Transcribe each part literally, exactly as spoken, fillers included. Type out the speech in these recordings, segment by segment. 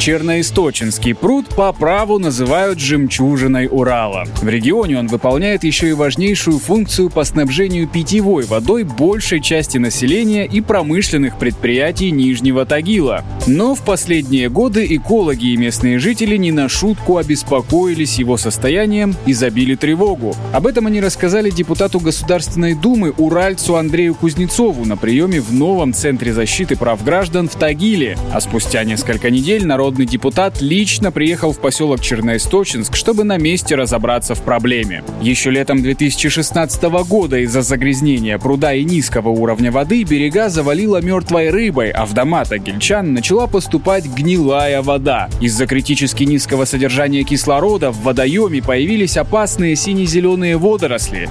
Черноисточинский пруд по праву называют жемчужиной Урала. В регионе он выполняет еще и важнейшую функцию по снабжению питьевой водой большей части населения и промышленных предприятий Нижнего Тагила. Но в последние годы экологи и местные жители не на шутку обеспокоились его состоянием и забили тревогу. Об этом они рассказали депутату Государственной Думы уральцу Андрею Кузнецову на приеме в новом Центре защиты прав граждан в Тагиле. А спустя несколько недель народный депутат лично приехал в поселок Черноисточинск, чтобы на месте разобраться в проблеме. Еще летом две тысячи шестнадцатого года из-за загрязнения пруда и низкого уровня воды берега завалило мертвой рыбой, а в дома тагильчан начала поступать гнилая вода. Из-за критически низкого содержания кислорода в водоеме появились опасные сине-зеленые водоросли.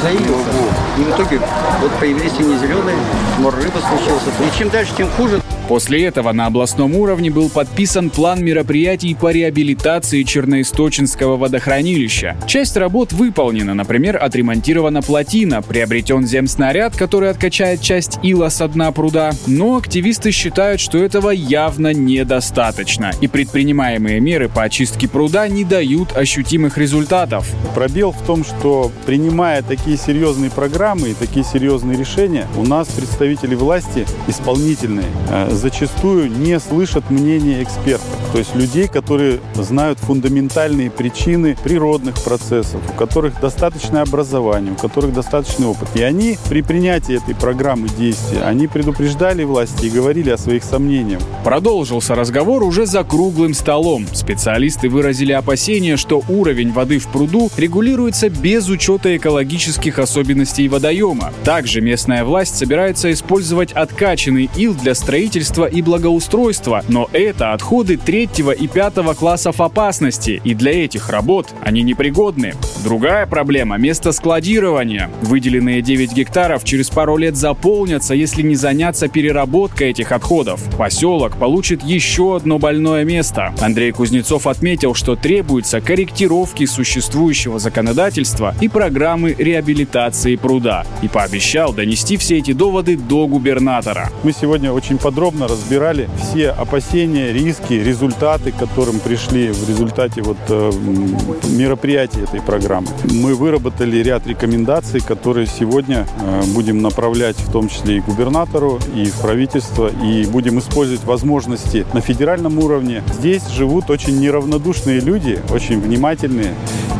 И в итоге вот появились сине-зеленые, мор рыбы случился. И чем дальше, тем хуже. После этого на областном уровне был подписан план мероприятий по реабилитации Черноисточинского водохранилища. Часть работ выполнена, например, отремонтирована плотина, приобретен земснаряд, который откачает часть ила со дна пруда, но активисты считают, что этого явно недостаточно, и предпринимаемые меры по очистке пруда не дают ощутимых результатов. Пробел в том, что принимая такие серьезные программы и такие серьезные решения, у нас представители власти исполнительные зачастую не слышат мнения экспертов, то есть людей, которые знают фундаментальные причины природных процессов, у которых достаточное образование, у которых достаточный опыт. И они при принятии этой программы действия, они предупреждали власти и говорили о своих сомнениях. Продолжился разговор уже за круглым столом. Специалисты выразили опасения, что уровень воды в пруду регулируется без учета экологических особенностей водоема. Также местная власть собирается использовать откачанный ил для строительства и благоустройства, но это отходы третьего и пятого классов опасности, и для этих работ они непригодны. Другая проблема – место складирования. Выделенные девять гектаров через пару лет заполнятся, если не заняться переработкой этих отходов. Поселок получит еще одно больное место. Андрей Кузнецов отметил, что требуется корректировки существующего законодательства и программы реабилитации пруда, и пообещал донести все эти доводы до губернатора. Мы сегодня очень подробно разбирали все опасения, риски, результаты, к которым пришли в результате вот, э, мероприятий этой программы. Мы выработали ряд рекомендаций, которые сегодня э, будем направлять в том числе и губернатору, и в правительство, и будем использовать возможности на федеральном уровне. Здесь живут очень неравнодушные люди, очень внимательные,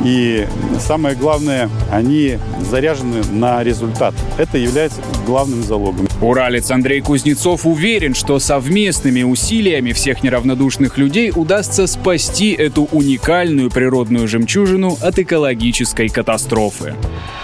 и самое главное, они заряжены на результат. Это является главным залогом. Уралец Андрей Кузнецов уверен, что совместными усилиями всех неравнодушных людей удастся спасти эту уникальную природную жемчужину от экологической катастрофы.